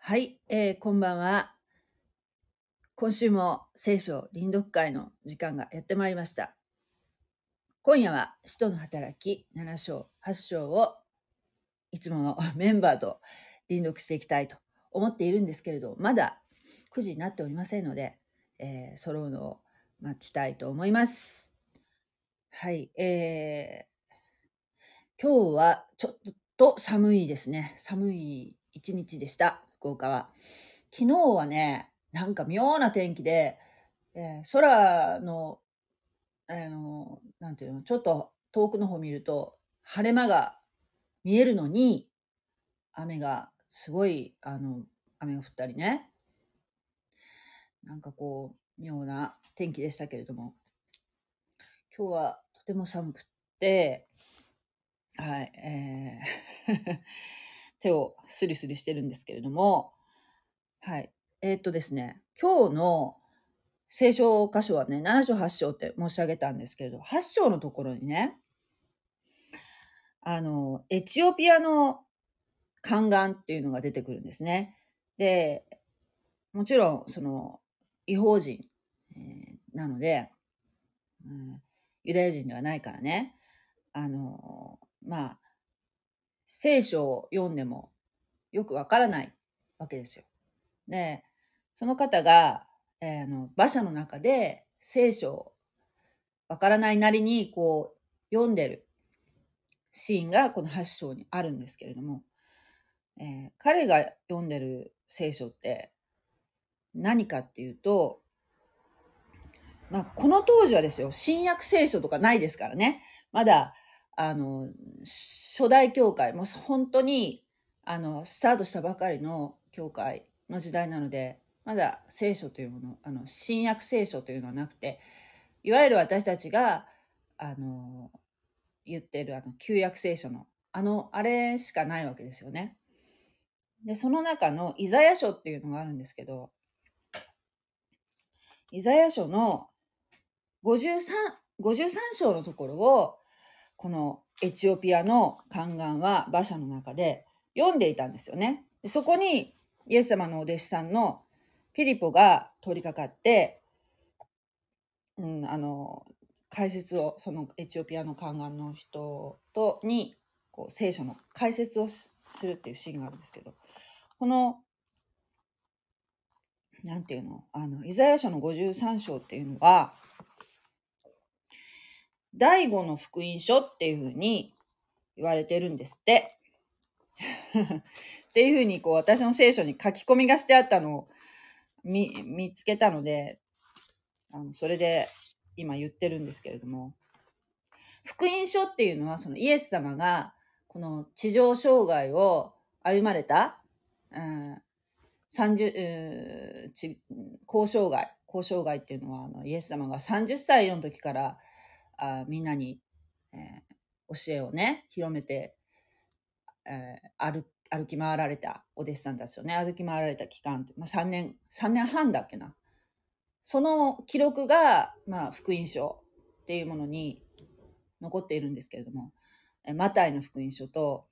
はい、こんばんは。今週も聖書臨読会の時間がやってまいりました。今夜は使徒の働き7章、8章をいつものメンバーと臨読していきたいと思っているんですけれど、まだ9時になっておりませんので、揃うのを待ちたいと思います。はい、今日はちょっと寒いですね。寒い一日でした、福岡は。昨日はね、なんか妙な天気で、空の、なんていうの、ちょっと遠くの方見ると、晴れ間が見えるのに、雨がすごい、雨が降ったりね。なんかこう、妙な天気でしたけれども、今日はとても寒くって、はい、手をスリスリしてるんですけれども、はい。ですね、今日の聖書箇所はね、7章8章って申し上げたんですけれど、8章のところにね、エチオピアの宦官っていうのが出てくるんですね。で、もちろん、異邦人、なので、ユダヤ人ではないからね、まあ、聖書を読んでもよくわからないわけですよ。で、その方が、馬車の中で聖書をわからないなりにこう読んでるシーンがこの8章にあるんですけれども、彼が読んでる聖書って何かっていうと、この当時はですよ、新約聖書とかないですからね。まだ、初代教会、もう本当に、スタートしたばかりの教会の時代なので、まだ聖書というもの、新約聖書というのはなくて、いわゆる私たちが、言ってる旧約聖書の、あれしかないわけですよね。で、その中のイザヤ書っていうのがあるんですけど、イザヤ書の53章のところを、このエチオピアの宦官は馬車の中で読んでいたんですよね。でそこにイエス様のお弟子さんのピリポが通りかかって、解説を、そのエチオピアの宦官の人に、こう聖書の解説をするっていうシーンがあるんですけど、この、なんていうの、イザヤ書の53章っていうのは、第五の福音書っていうふうに言われてるんですって。っていうふうに、こう、私の聖書に書き込みがしてあったのを見つけたので、それで今言ってるんですけれども、福音書っていうのは、そのイエス様が、この地上生涯を歩まれた、交渉外っていうのは、イエス様が30歳の時から、みんなに、教えをね、広めて、歩き回られたお弟子さんたちをね、歩き回られた期間って、3年半だっけな。その記録が、福音書っていうものに残っているんですけれども、マタイの福音書と、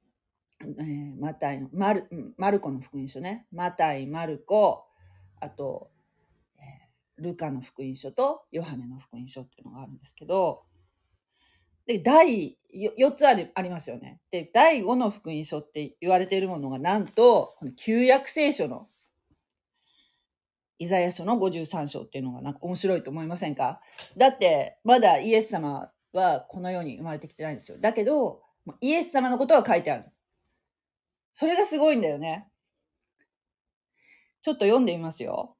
マルコの福音書ね。マタイ、マルコ、あと、ルカの福音書とヨハネの福音書っていうのがあるんですけど、で、4つありますよね。で、第5の福音書って言われているものがなんと、この旧約聖書のイザヤ書の53章っていうのがなんか面白いと思いませんか？だって、まだイエス様はこの世に生まれてきてないんですよ。だけど、イエス様のことは書いてある。それがすごいんだよね。ちょっと読んでみますよ。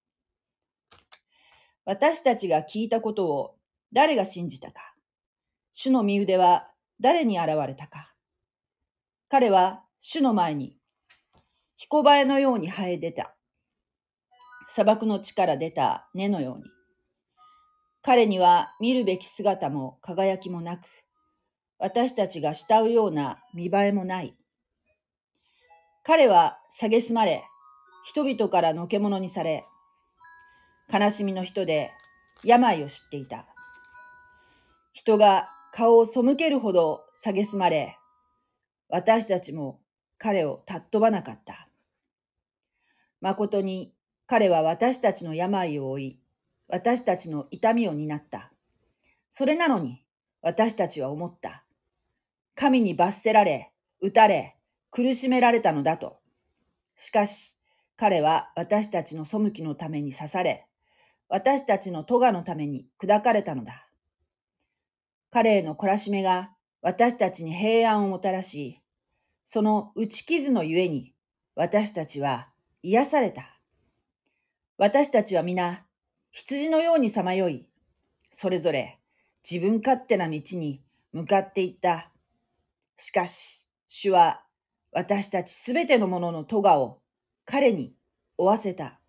私たちが聞いたことを誰が信じたか。主の身腕は誰に現れたか。彼は主の前に彦バエのように生え出た。砂漠の地から出た根のように。彼には見るべき姿も輝きもなく、私たちが慕うような見栄えもない。彼は蔑まれ、人々からのけ者にされ、悲しみの人で病を知っていた。人が顔を背けるほど蔑まれ、私たちも彼を尊ばなかった。 誠に彼は私たちの病を負い、私たちの痛みを担った。それなのに私たちは思った。神に罰せられ、打たれ、苦しめられたのだと。しかし、彼は私たちの背きのために刺され、私たちの咎のために砕かれたのだ。彼への懲らしめが私たちに平安をもたらし、その打ち傷のゆえに私たちは癒された。私たちは皆羊のようにさまよい、それぞれ自分勝手な道に向かっていった。しかし、主は私たちすべてのものの咎を彼に負わせた。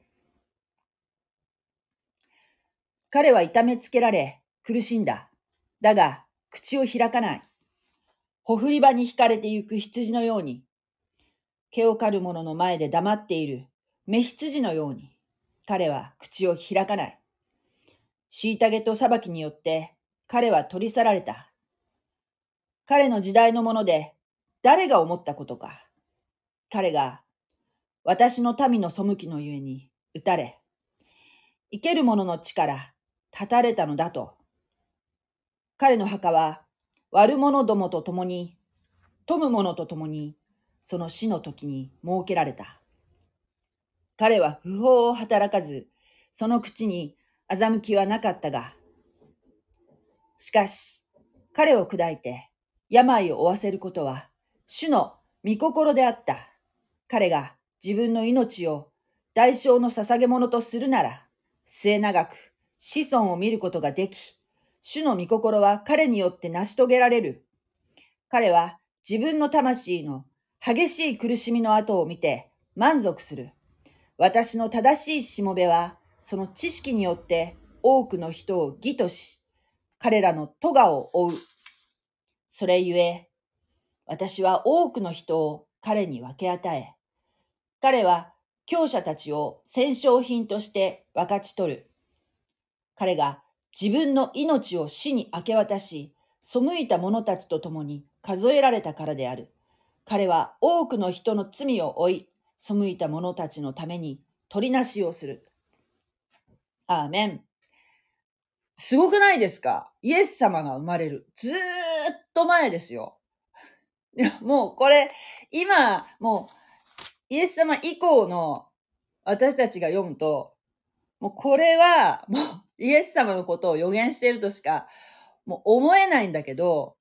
彼は痛めつけられ苦しんだ。だが、口を開かない。ほふり場に引かれてゆく羊のように、毛を刈る者の前で黙っている雌羊のように、彼は口を開かない。虐げと裁きによって彼は取り去られた。彼の時代のもので誰が思ったことか。彼が私の民の背きのゆえに打たれ、生ける者の地から立たれたのだと。彼の墓は悪者どもと共に、富む者と共に、その死の時に設けられた。彼は不法を働かず、その口に欺きはなかったが、しかし、彼を砕いて病を負わせることは、主の御心であった。彼が自分の命を代償の捧げ物とするなら、末永く子孫を見ることができ、主の御心は彼によって成し遂げられる。彼は自分の魂の激しい苦しみの後を見て満足する。私の正しいしもべは、その知識によって多くの人を義とし、彼らの咎を負う。それゆえ、私は多くの人を彼に分け与え、彼は強者たちを戦勝品として分かち取る。彼が自分の命を死に明け渡し、背いた者たちと共に数えられたからである。彼は多くの人の罪を負い、背いた者たちのために取りなしをする。アーメン。すごくないですか？イエス様が生まれる。ずーっと前ですよ。いや、もうこれ、今、もう、イエス様以降の私たちが読むと、もうこれは、もうイエス様のことを予言しているとしか、もう思えないんだけど、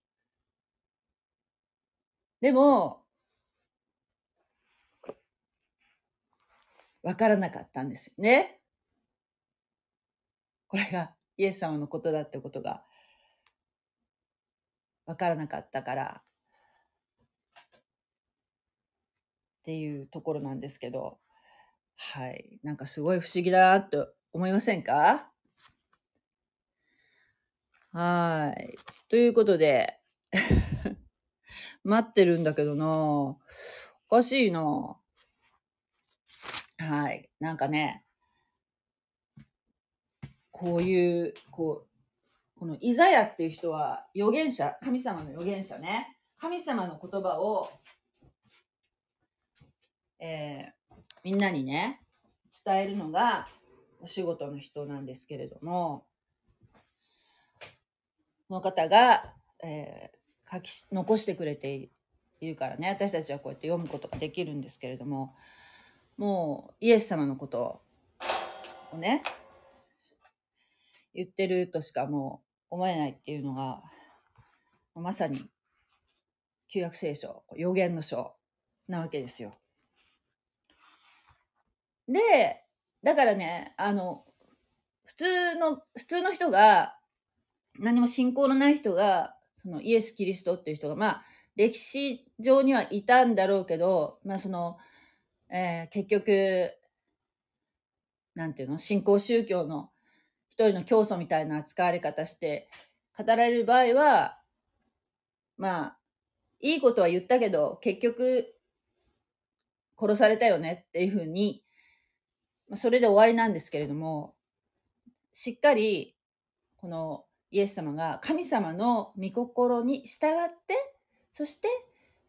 でも、わからなかったんですよね。これがイエス様のことだってことがわからなかったからっていうところなんですけど、はい。なんかすごい不思議だなと思いませんか？はい。ということで、待ってるんだけどな、おかしいな。はい。なんかね、こういう、このイザヤっていう人は預言者、神様の預言者ね。神様の言葉を、みんなにね、伝えるのがお仕事の人なんですけれども、この方が、残してくれているからね、私たちはこうやって読むことができるんですけれども、もうイエス様のことをね、言ってるとしかもう思えないっていうのが、まさに旧約聖書、預言の書なわけですよ。で、だからね、普通の人が、何も信仰のない人が、そのイエス・キリストっていう人が、まあ、歴史上にはいたんだろうけど、まあその、結局、なんていうの、新興宗教の一人の教祖みたいな扱われ方して語られる場合は、まあ、いいことは言ったけど、結局、殺されたよねっていうふうに、それで終わりなんですけれども、しっかり、このイエス様が神様の御心に従って、そして、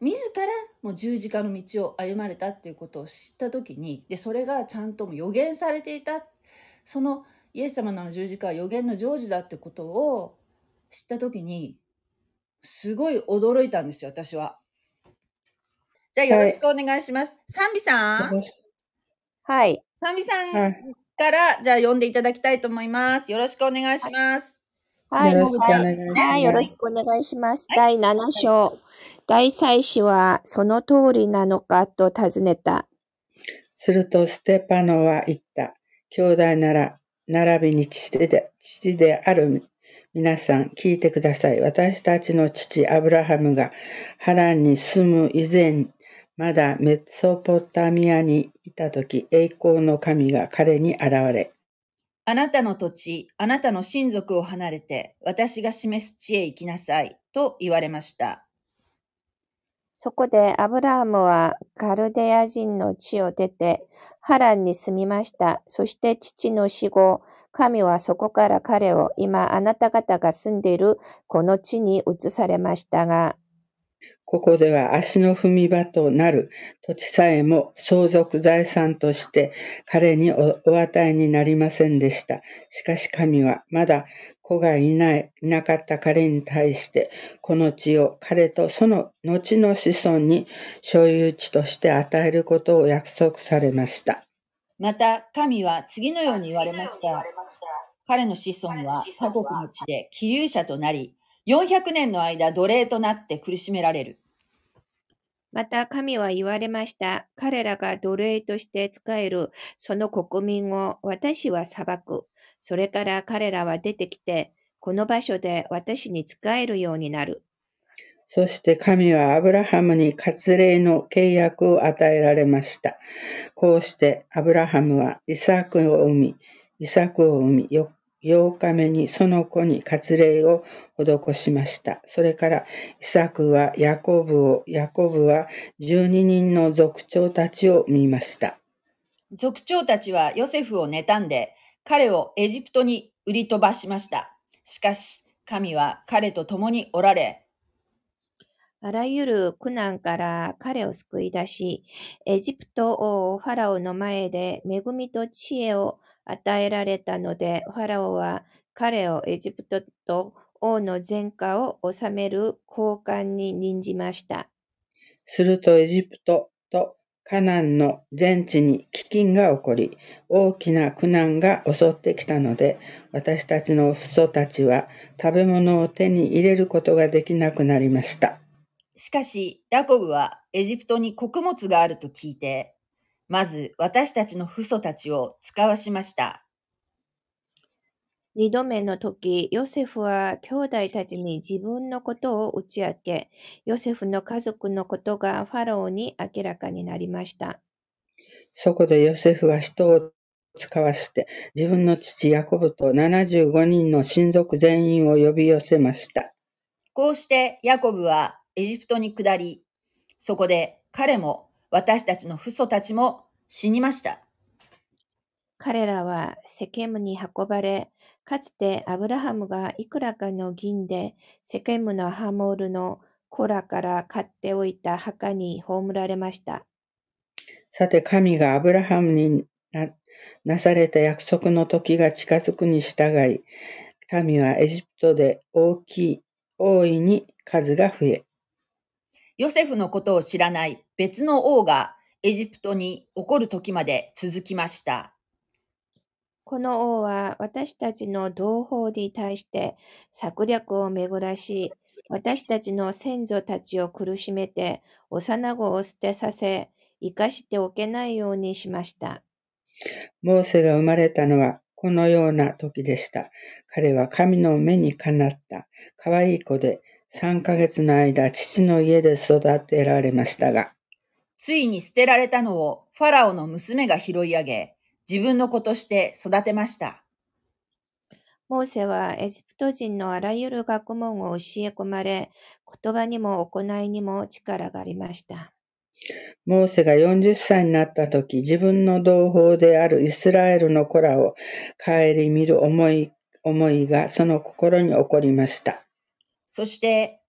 自らもう十字架の道を歩まれたっていうことを知った時に、でそれがちゃんとも予言されていた、そのイエス様の十字架は予言の成就だってことを知った時にすごい驚いたんですよ、私は。じゃあよろしくお願いします。賛美さん、 はい。 賛美さんからじゃあ読んでいただきたいと思います。よろしくお願いします。 はい。 次の口ですね。 はい。よろしくお願いします。 はい第7章。大祭司はその通りなのかと尋ねた。 するとステパノは言った。兄弟なら、並びに父である皆さん、聞いてください。私たちの父アブラハムがハランに住む以前、まだメソポタミアにいたとき、栄光の神が彼に現れ、 あなたの土地、あなたの親族を離れて、私が示す地へ行きなさい、と言われました。 そこでアブラハムはカルデア人の地を出てハランに住みました。そして父の死後、神はそこから彼を今あなた方が住んでいるこの地に移されましたが、 ここでは足の踏み場となる土地さえも相続財産として彼にお与えになりませんでした。しかし神はまだ子がいなかった彼に対して、この地を彼とその後の子孫に所有地として与えることを約束されました。 また、神は次のように言われました。彼の子孫は他国の地で寄有者となり、400年の間奴隷となって苦しめられる。 また神は言われました。彼らが奴隷として仕えるその国民を私は裁く。それから彼らは出てきて、この場所で私に仕えるようになる。 そして神はアブラハムに割礼の契約を与えられました。こうしてアブラハムはイサクを生み、8日目にその子に割礼を施しました。それからイサクはヤコブは12人の族長たちを生みました。 族長たちはヨセフを妬んで、彼をエジプトに売り飛ばしました。しかし、神は彼と共におられ、 あらゆる苦難から彼を救い出し、エジプト王ファラオの前で恵みと知恵を与えられたので、ファラオは彼をエジプトと王の前科を治める高官に任じました。 するとエジプトとカナンの全地に飢饉が起こり、大きな苦難が襲ってきたので、私たちの父祖たちは食べ物を手に入れることができなくなりました。 しかし、ヤコブはエジプトに穀物があると聞いて、まず私たちの父祖たちを遣わしました。 二度目の時、ヨセフは兄弟たちに自分のことを打ち明け、ヨセフの家族のことがファラオに明らかになりました。 そこでヨセフは人を使わして、自分の父ヤコブと75人の親族全員を呼び寄せました。 こうしてヤコブはエジプトに下り、そこで彼も私たちの父祖たちも死にました。 彼らはセケムに運ばれ、かつてアブラハムがいくらかの銀でセケムのハモールの子らから買っておいた墓に葬られました。 さて神がアブラハムになされた約束の時が近づくに従い、神はエジプトで大いに数が増え、 ヨセフのことを知らない別の王がエジプトに起こる時まで続きました。 この王は私たちの同胞に対して策略を巡らし、私たちの先祖たちを苦しめて、幼子を捨てさせ、生かしておけないようにしました。 モーセが生まれたのはこのような時でした。彼は神の目にかなった可愛い子で、3ヶ月の間父の家で育てられましたが、 ついに捨てられたのをファラオの娘が拾い上げ、自分の子として育てました。 モーセはエジプト人のあらゆる学問を教え込まれ、言葉にも行いにも力がありました。 モーセが40歳になった時、自分の同胞であるイスラエルの子らを顧みる思いがその心に起こりました。 そして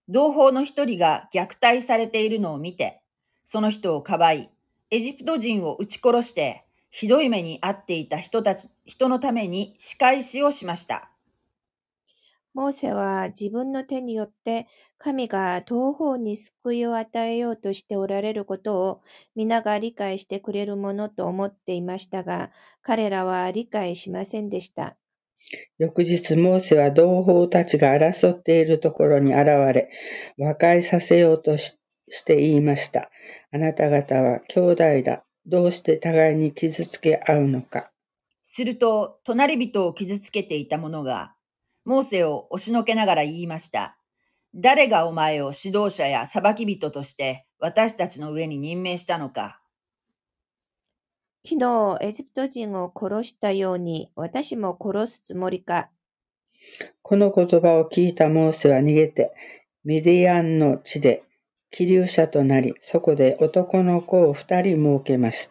同胞の一人が虐待されているのを見て、その人をかばい、エジプト人を撃ち殺して、ひどい目に遭っていた人のために仕返しをしました。 モーセは自分の手によって神が同胞に救いを与えようとしておられることを皆が理解してくれるものと思っていましたが、彼らは理解しませんでした。 翌日、モーセは同胞たちが争っているところに現れ、和解させようとして言いました。あなた方は兄弟だ。どうして互いに傷つけ合うのか。 すると、隣人を傷つけていた者が、モーセを押しのけながら言いました。誰がお前を指導者や裁き人として私たちの上に任命したのか。 昨日エジプト人を殺したように私も殺すつもりか。 この言葉を聞いたモーセは逃げて、ミディアンの地で寄留者となり、そこで男の子を2人設けました。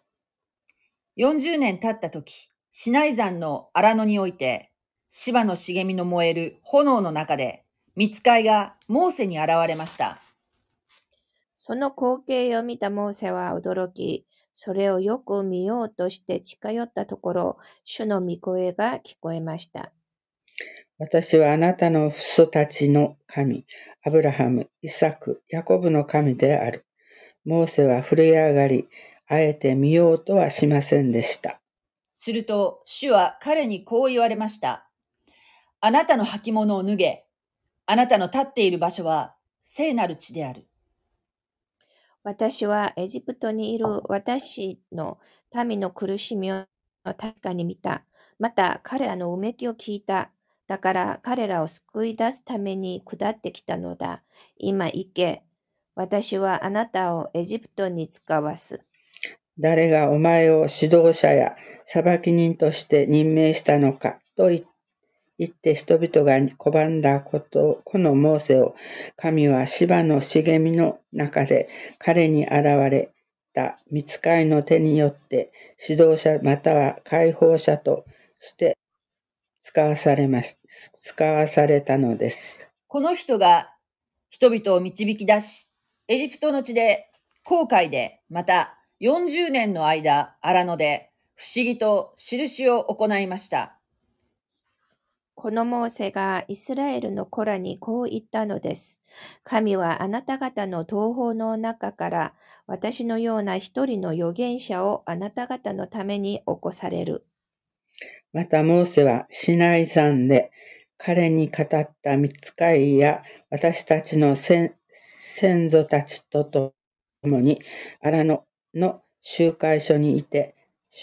40年経った時、シナイ山の荒野において、芝の茂みの燃える炎の中で、御使いがモーセに現れました。 その光景を見たモーセは驚き、それをよく見ようとして近寄ったところ、主の御声が聞こえました。 私はあなたの父祖たちの神、アブラハム、イサク、ヤコブの神である。モーセは震え上がり、あえて見ようとはしませんでした。 すると、主は彼にこう言われました。あなたの履物を脱げ。あなたの立っている場所は聖なる地である。 私はエジプトにいる私の民の苦しみを確かに見た。また彼らのうめきを聞いた。だから彼らを救い出すために下ってきたのだ。今行け。私はあなたをエジプトに使わす。 誰がお前を指導者や裁き人として任命したのかと言って人々が拒んだこのモーセを神は芝の茂みの中で彼に現れた御使いの手によって指導者または解放者として使わされたのです。 この人が人々を導き出し、エジプトの地で、航海で、また40年の間、荒野で、不思議と印を行いました。 このモーセがイスラエルの子らにこう言ったのです。神はあなた方の同胞の中から私のような一人の預言者をあなた方のために起こされる。 またモーセはシナイ山で彼に語った御使いや私たちの先祖たちと共に荒野の集会にいて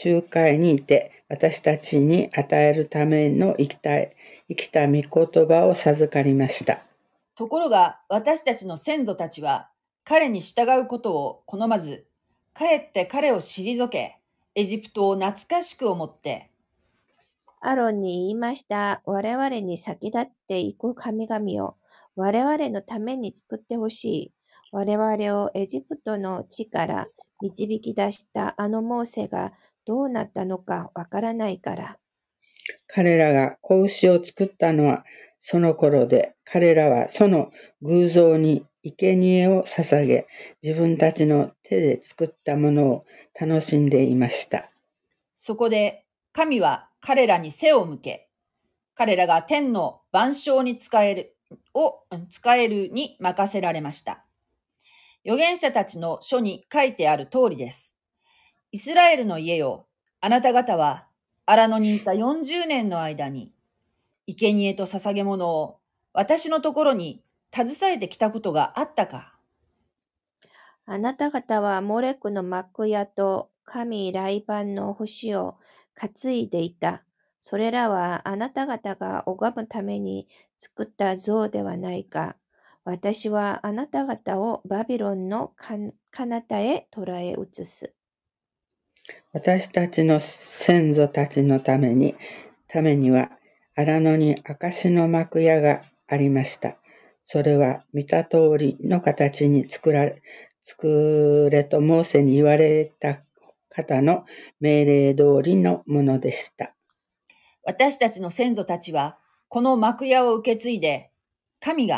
私たちに与えるための生きた御言葉を授かりました。 ところが私たちの先祖たちは彼に従うことを好まず、かえって彼を退け、エジプトを懐かしく思って、 アロンに言いました。我々に先立っていく神々を我々のために作ってほしい。我々をエジプトの地から導き出したあのモーセがどうなったのかわからないから。 彼らが子牛を作ったのはその頃で、彼らはその偶像に生贄を捧げ、自分たちの手で作ったものを楽しんでいました。 そこで神は彼らに背を向け、彼らが天の万象に使えるに任せられました。預言者たちの書に書いてある通りです。イスラエルの家よ、あなた方は荒野にいた40年の間に、生贄と捧げ物を私のところに携えてきたことがあったか。 あなた方はモレクの幕屋と神来番の星を担いでいた。それらはあなた方が拝むために作った像ではないか。私はあなた方をバビロンの彼方へ捕らえ移す。 私たちの先祖たちのためには荒野に証の幕屋がありました。それは見た通りの形に作れとモーセに言われた方の命令通りのものでした。 私たちの先祖たちはこの幕屋を受け継いで、神が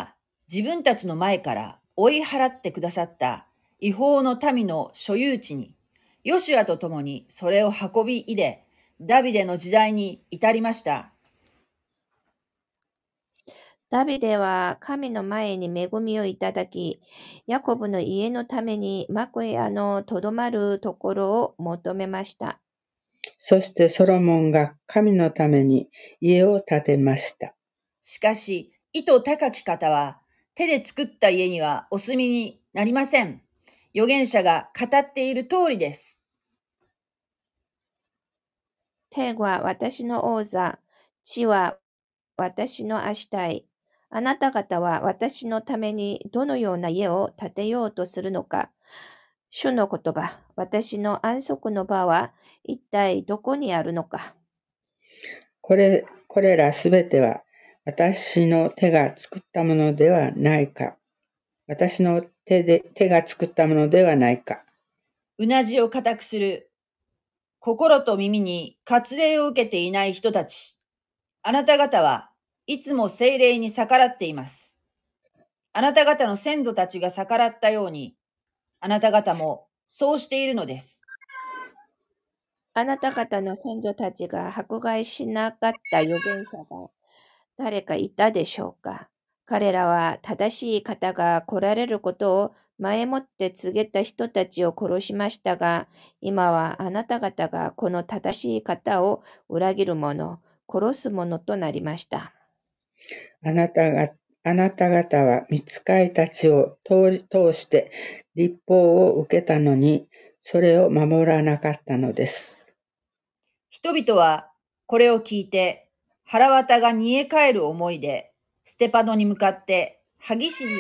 自分たちの前から追い払ってくださった違法の民の所有地に、ヨシュアと共にそれを運び入れ、ダビデの時代に至りました。 ダビデは神の前に恵みをいただき、ヤコブの家のために幕屋のとどまるところを求めました。 そしてソロモンが神のために家を建てました。 しかし、意図高き方は、手で作った家にはお住みになりません。預言者が語っている通りです。 天は私の王座、地は私の足台。あなた方は私のためにどのような家を建てようとするのか。主の言葉、私の安息の場は一体どこにあるのか。 これらすべては私の手が作ったものではないか。私の手が作ったものではないか。 うなじを固くする。心と耳に割礼を受けていない人たち。あなた方はいつも聖霊に逆らっています。あなた方の先祖たちが逆らったように、あなた方もそうしているのです。 あなた方の先祖たちが迫害しなかった預言者が誰かいたでしょうか。彼らは正しい方が来られることを前もって告げた人たちを殺しましたが、今はあなた方がこの正しい方を裏切る者、殺す者となりました。 あなた方は御使いたちを通して律法を受けたのに、それを守らなかったのです。 人々はこれを聞いて、腹渡が煮え返る思いで、ステパノに向かって歯ぎしり。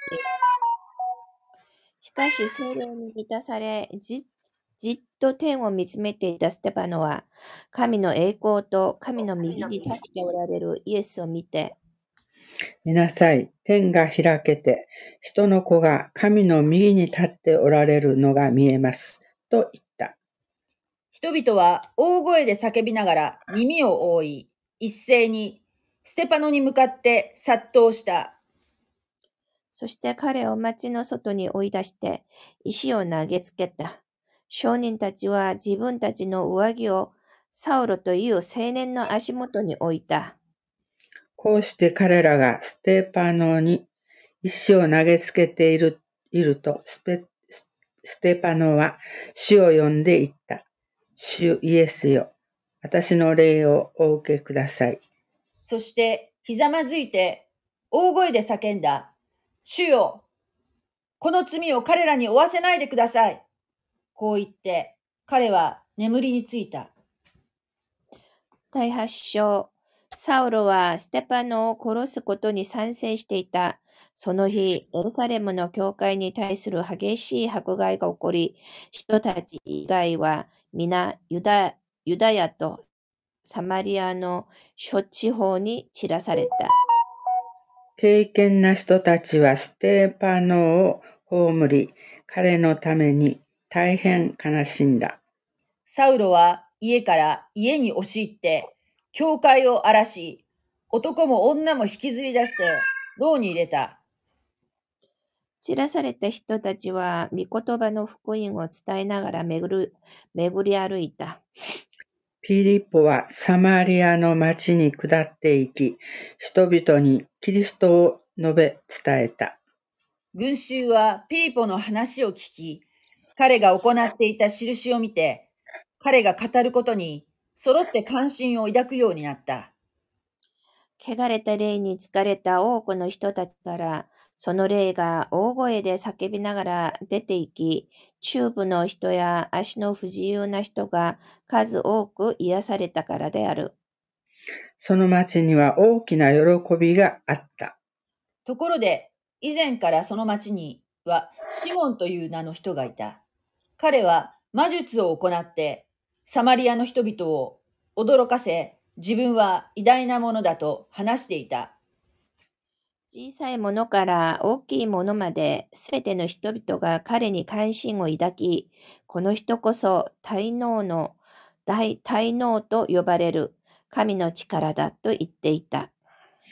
しかし聖霊に満たされ、じっと天を見つめていたステパノは、神の栄光と神の右に立っておられるイエスを見て、 見なさい、天が開けて、人の子が神の右に立っておられるのが見えます。と言った。 人々は大声で叫びながら耳を覆い、一斉にステパノに向かって殺到した。 そして彼を町の外に追い出して、石を投げつけた。商人たちは自分たちの上着をサウロという青年の足元に置いた。 こうして彼らがステパノに石を投げつけていると、ステパノは主を呼んで言った。主イエスよ、私の霊をお受けください。 そしてひざまずいて大声で叫んだ。主よ、この罪を彼らに負わせないでください。こう言って彼は眠りについた。 第8章。サウロはステパノを殺すことに賛成していた。その日、エルサレムの教会に対する激しい迫害が起こり、人たち以外は皆ユダヤとサマリアの諸地方に散らされた。 敬虔な人たちはステパノを葬り、彼のために大変悲しんだ。 サウロは家から家に押し入って、教会を荒らし、男も女も引きずり出して、牢に入れた。 散らされた人たちは、御言葉の福音を伝えながら巡り歩いた。 ピリポはサマリアの町に下っていき、人々にキリストを述べ伝えた。 群衆はピリポの話を聞き、彼が行っていた印を見て、彼が語ることに揃って関心を抱くようになった。 汚れた霊に疲れた多くの人たちから、その霊が大声で叫びながら出て行き、中部の人や足の不自由な人が数多く癒されたからである。 その町には大きな喜びがあった。 ところで、以前からその町にはシモンという名の人がいた。彼は魔術を行って、サマリアの人々を驚かせ、自分は偉大なものだと話していた。 小さいものから大きいものまで、すべての人々が彼に関心を抱き、この人こそ大能と呼ばれる神の力だと言っていた。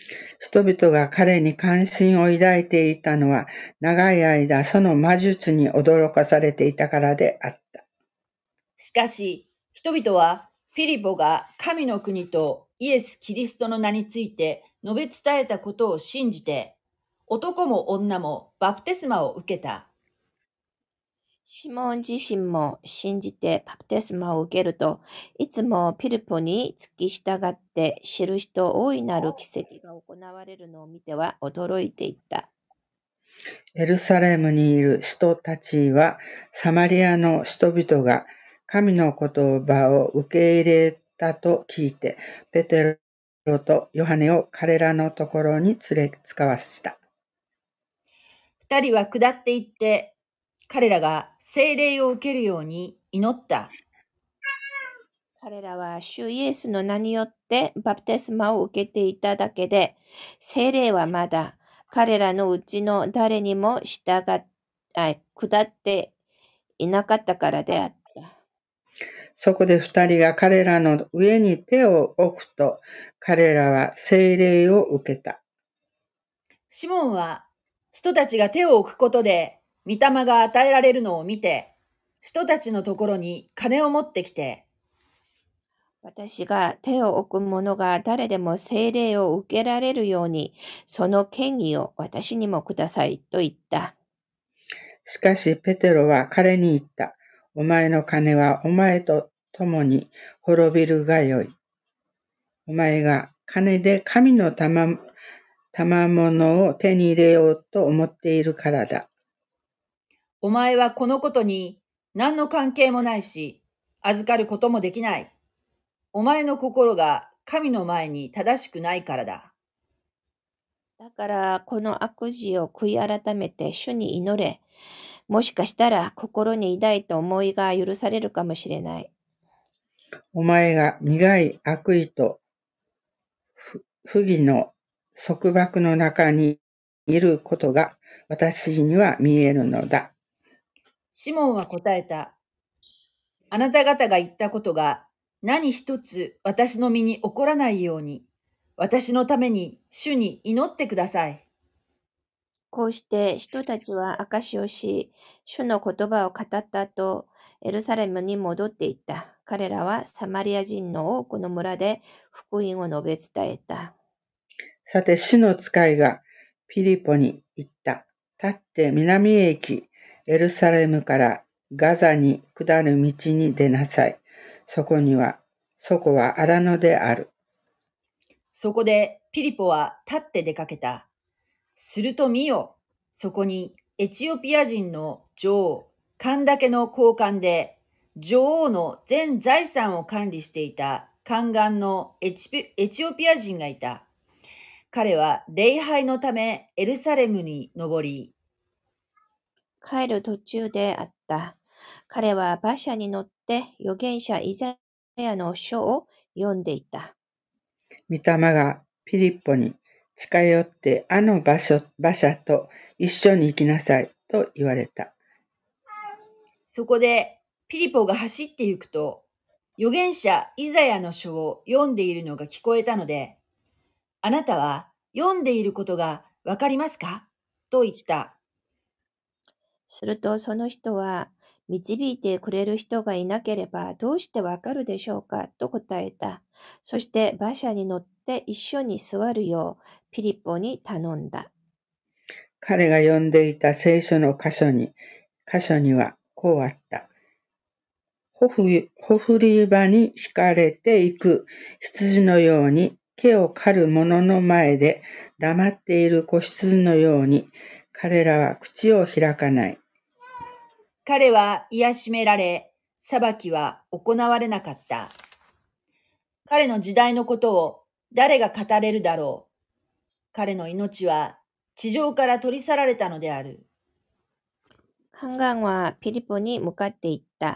人々が彼に関心を抱いていたのは、長い間その魔術に驚かされていたからであった。 しかし、人々はピリポが神の国とイエス・キリストの名について述べ伝えたことを信じて、男も女もバプテスマを受けた。 シモン自身も信じてバプテスマを受けると、いつもピリポに付き従って知る人大いなる奇跡が行われるのを見ては驚いていた。 エルサレムにいる人たちは、サマリアの人々が神の言葉を受け入れたと聞いて、ペテロとヨハネを彼らのところに連れつかわした。 二人は下って行って、彼らが聖霊を受けるように祈った。 彼らは主イエスの名によってバプテスマを受けていただけで、聖霊はまだ彼らのうちの誰にも下っていなかったからであった。 そこで二人が彼らの上に手を置くと、彼らは聖霊を受けた。 シモンは人たちが手を置くことで御霊が与えられるのを見て、人たちのところに金を持ってきて、 私が手を置く者が誰でも聖霊を受けられるように、その権威を私にもくださいと言った。 しかしペテロは彼に言った。お前の金はお前と共に滅びるがよい。お前が金で神の賜物を手に入れようと思っているからだ。 お前はこのことに何の関係もないし、預かることもできない。お前の心が神の前に正しくないからだ。 だからこの悪事を悔い改めて主に祈れ。もしかしたら心に抱いた思いが許されるかもしれない。 お前が苦い悪意と不義の束縛の中にいることが私には見えるのだ。 シモンは答えた。あなた方が言ったことが何一つ私の身に起こらないように、私のために主に祈ってください。 こうして人たちは証しをし、主の言葉を語った後、エルサレムに戻っていった。彼らはサマリア人の多くの村で福音を述べ伝えた。 さて、主の使いがピリポに言った。立って南へ行き、エルサレムからガザに下る道に出なさい。そこは荒野である。 そこでピリポは立って出かけた。すると見よ、そこにエチオピア人の女王、カンダケの高官で、女王の全財産を管理していた宦官のエチオピア人がいた。彼は礼拝のためエルサレムに登り、 帰る途中であった。彼は馬車に乗って預言者イザヤの書を読んでいた。 御霊がピリポに近寄ってあの馬車と一緒に行きなさいと言われた。 そこでピリポが走って行くと、預言者イザヤの書を読んでいるのが聞こえたので、あなたは読んでいることがわかりますかと言った。 するとその人は、導いてくれる人がいなければどうしてわかるでしょうかと答えた。そして馬車に乗って一緒に座るようピリポに頼んだ。 彼が読んでいた聖書の箇所にはこうあった。ほふり場に敷かれていく羊のように、毛を刈る者の前で黙っている子羊のように、彼らは口を開かない。 彼は癒しめられ、裁きは行われなかった。彼の時代のことを誰が語れるだろう。彼の命は地上から取り去られたのである。 宦官はピリポに向かって言った。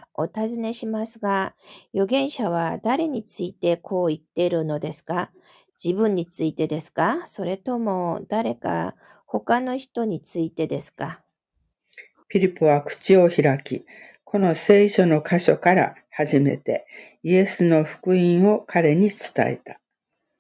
お尋ねしますが、預言者は誰についてこう言っているのですか？自分についてですか？それとも誰か他の人についてですか？ ピリポは口を開き、この聖書の箇所から始めてイエスの福音を彼に伝えた。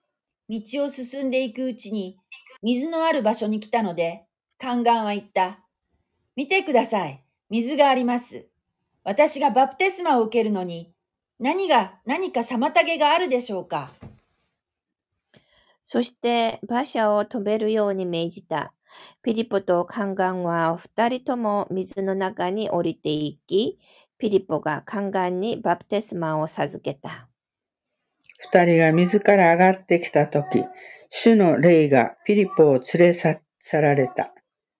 道を進んでいくうちに、水のある場所に来たので、宦官は言った。見てください。水があります。私がバプテスマを受けるのに、何か妨げがあるでしょうか。 そして馬車を止めるように命じた。ピリポと宦官は二人とも水の中に降りていき、ピリポが宦官にバプテスマを授けた。 二人が水から上がってきたとき、主の霊がピリポを連れ去られた。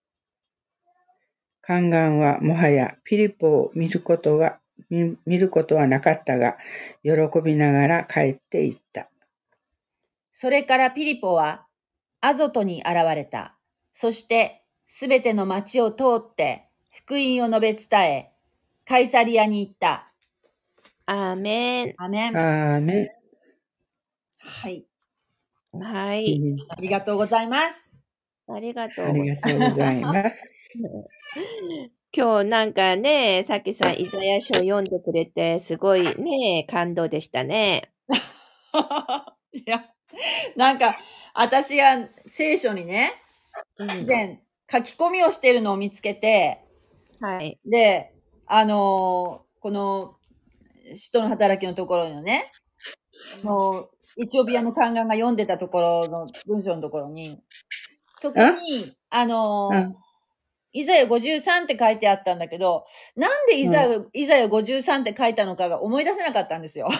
宦官はもはやピリポを見ることはなかったが、喜びながら帰っていった。 それからピリポはアゾトに現れた。そしてすべての町を通って福音を述べ伝え、カイサリアに行った。 アーメン。 アメン。 アーメン。 はい。 はい。 ありがとうございます。 ありがとあうございりがとうございます。 今日なんかね、さきさん、イザヤ書を読んでくれて、すごいね、感動でしたね。 いや、なんか、私が聖書にね、以前書き込みをしているのを見つけて、 はい。 で、この、使徒の働きのところのね、エチオピアの宦官が読んでたところの文章のところに、そこに、イザヤ53って書いてあったんだけど、なんでイザヤ53って書いたのかが思い出せなかったんですよ。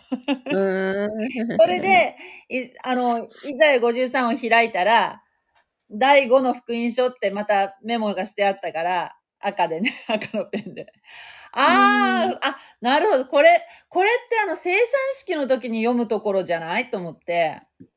それで、イザヤ53を開いたら、第5の福音書ってまたメモがしてあったから、赤でね、赤のペンで。なるほど。これって生産式の時に読むところじゃないと思って。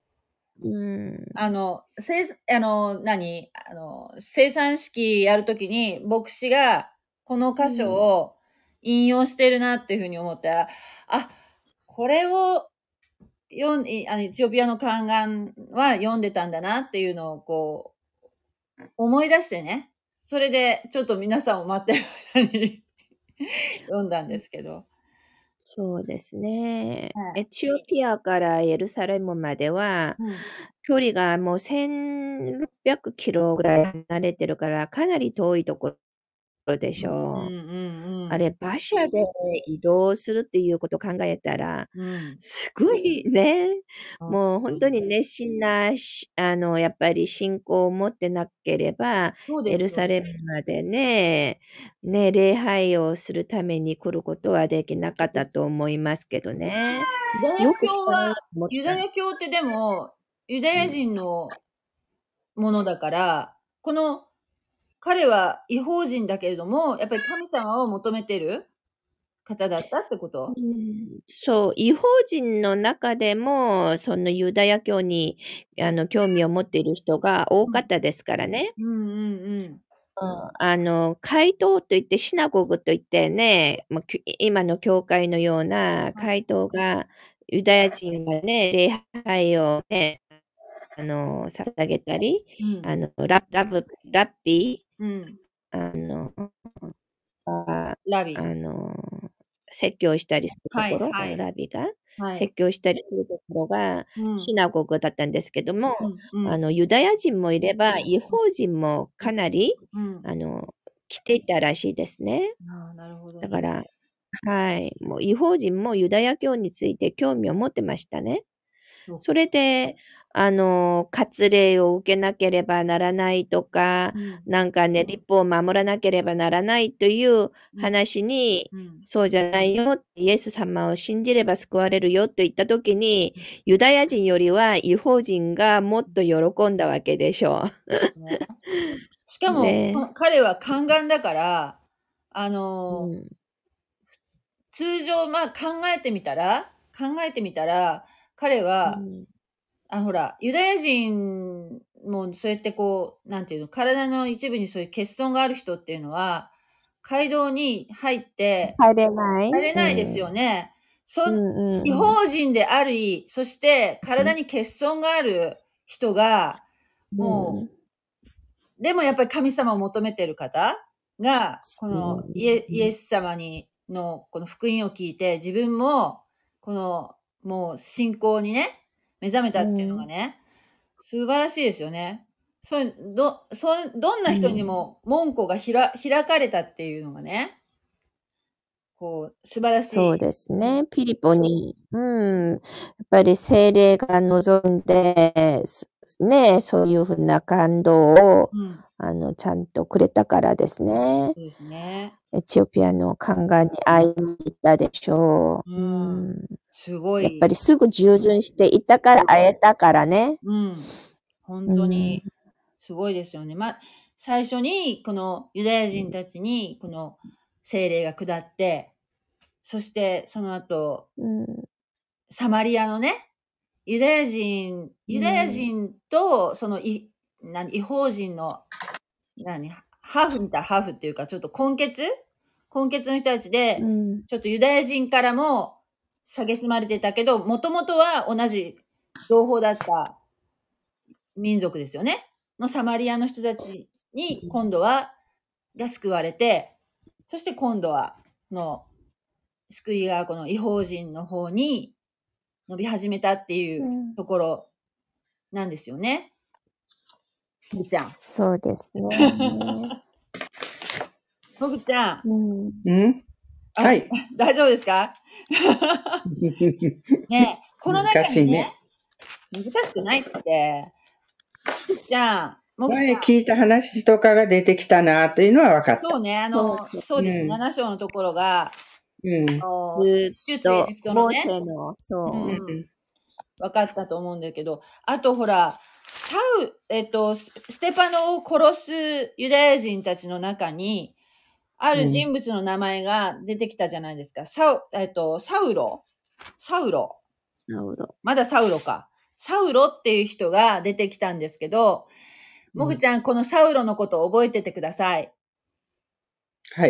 生産式やる時に牧師がこの箇所を引用してるなっていうふうに思って、これをエチオピアの宦官は読んでたんだなっていうのをこう、思い出してね。それでちょっと皆さんを待ってる間に読んだんですけど。 そうですね。エチオピアからエルサレムまでは、距離がもう1600キロぐらい離れてるから、かなり遠いところでしょう。あれ、馬車で移動するっていうことを考えたら、すごいね、もう本当に熱心な、やっぱり信仰を持ってなければ、エルサレムまでね、礼拝をするために来ることはできなかったと思いますけどね。 ユダヤ教ってでも、ユダヤ人のものだから、彼は違法人だけれども、やっぱり神様を求めてる方だったってこと？ そう、違法人の中でも、そのユダヤ教に興味を持っている人が多かったですからね。会堂といって、シナゴグといってね、今の教会のような会堂が、ユダヤ人がね、礼拝をね、捧げたり、ラッビ説教したりするところ、ラビが説教したりするところがシナゴグだったんですけども、ユダヤ人もいれば、違法人もかなり、来ていたらしいですね。だから、はい、もう違法人もユダヤ教について興味を持ってましたね。それで、割礼を受けなければならないとか、なんかね、律法を守らなければならないという話に、そうじゃないよ、イエス様を信じれば救われるよと言ったときに、ユダヤ人よりは違法人がもっと喜んだわけでしょう。 しかも、彼は宦官だから、通常、考えてみたら、彼は、ほら、ユダヤ人もそうやってこう、なんていうの、体の一部にそういう欠損がある人っていうのは、街道に入って、 入れない入れないですよね。違法人であり、そして体に欠損がある人が、もう、でもやっぱり神様を求めてる方が、このイエス様のこの福音を聞いて、自分も、もう信仰にね、 目覚めたっていうのがね、素晴らしいですよね。どんな人にも門戸が開かれたっていうのがね、こう、素晴らしそうい。 ですね。ピリポに、やっぱり聖霊が望んで、ね、そういうふうな感動を、ちゃんとくれたからですね。 そうですね。 エチオピアの宦官に会いに行ったでしょう。 すごやっぱい。 りすぐ従順していたから会えたからね。 本当に、すごいですよね。最初に、このユダヤ人たちに、この聖霊が下って、そしてその後、サマリアのね、ユダヤ人と、その異邦人の、ハーフっていうか、ちょっと根血の人たちで、ちょっとユダヤ人からも蔑まれてたけど、もともとは同じ同胞だった民族ですよね。のサマリアの人たちに今度は、が救われて、そして今度は、救いがこの異邦人の方に伸び始めたっていうところなんですよね。もぐちゃん。 そうですね。 もぐちゃん。 はい。 大丈夫ですかねえ、この中にね、難しくないって。もぐちゃん。 前聞いた話とかが出てきたなというのは分かった。 そうね、そうです。7章のところが、出エジプトのね、分かったと思うんだけど、あとほら、ステパノを殺すユダヤ人たちの中に、ある人物の名前が出てきたじゃないですか。サウロ。まだサウロか。サウロっていう人が出てきたんですけど、もぐちゃん、このサウロのことを覚えててください。 はい。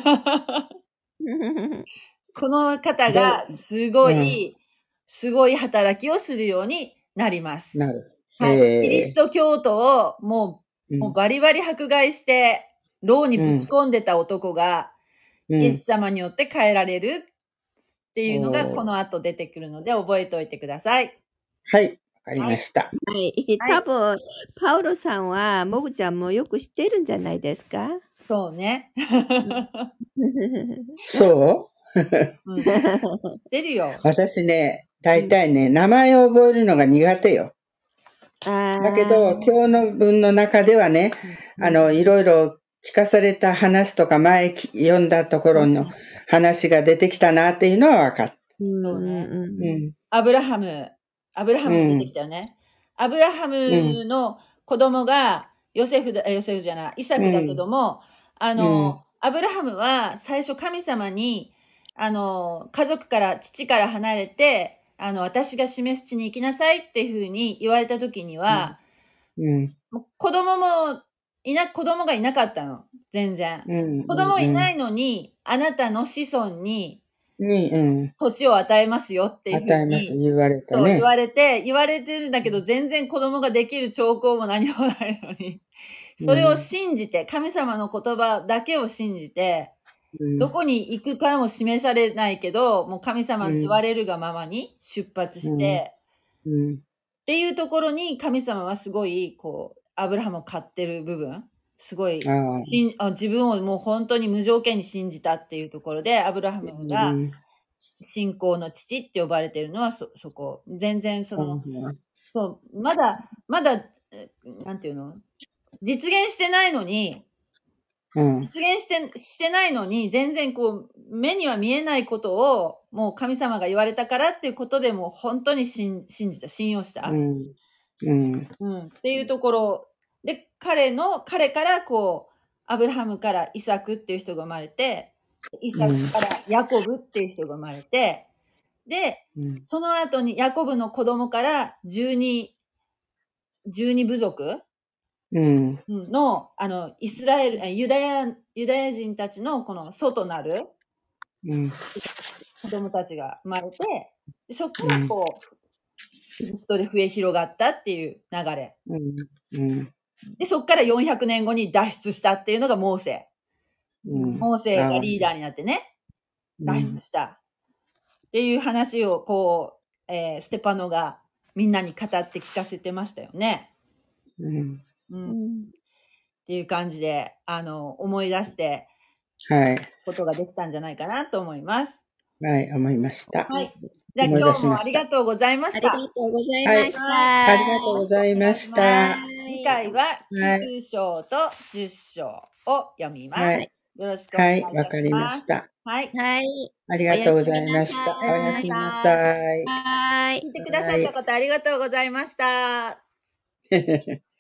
この方がすごい働きをするようになります。はい。キリスト教徒をもうバリバリ迫害して、牢にぶち込んでた男が、イエス様によって変えられるっていうのがこの後出てくるので覚えておいてください。 はい。わかりました。 はい。多分、パウロさんは、もぐちゃんもよく知ってるんじゃないですか？ そうね。 そう知ってるよ。 私ね、大体ね、名前を覚えるのが苦手よ。だけど、今日の文の中ではね、いろいろ聞かされた話とか、前読んだところの話が出てきたなっていうのは分かった。 そうね。アブラハムが出てきたよね。アブラハムの子供がヨセフじゃない、イサクだけども、アブラハムは最初神様に、家族から、父から離れて、私が示す地に行きなさいっていうふうに言われた時には、もう子供がいなかったの。全然。子供いないのに、あなたの子孫に、土地を与えますよっていうふうに言われたね。 そう言われてるんだけど、全然子供ができる兆候も何もないのに、それを信じて、神様の言葉だけを信じて、どこに行くかも示されないけど、もう神様に言われるがままに出発して、っていうところに神様はすごい、アブラハムを買ってる部分、すごい、自分をもう本当に無条件に信じたっていうところで、アブラハムが信仰の父って呼ばれてるのはそこ。全然まだ、なんていうの？実現してないのに、してないのに、全然目には見えないことを、もう神様が言われたからっていうことでもう本当に信用した。っていうところで、彼からアブラハムからイサクっていう人が生まれて、イサクからヤコブっていう人が生まれて、で、その後にヤコブの子供から12部族の、ユダヤ人たちのこの祖となる子供たちが生まれて、そこからエジプトで増え広がったっていう流れ。で、そこから400年後に脱出したっていうのがモーセ。モーセがリーダーになってね、脱出した。っていう話をステパノがみんなに語って聞かせてましたよね。 うん。 っていう感じで、思い出して、 はい。 ことができたんじゃないかなと思います。 はい、思いました。 はい。じゃあ今日もありがとうございました。 ありがとうございました。 ありがとうございました。 次回は9章と10章を読みます。 はいよろしくお願いいたします。 はい、わかりました。 はい。 はい。 ありがとうございました。 おやすみなさい。 はい。 聞いてくださった方ありがとうございました。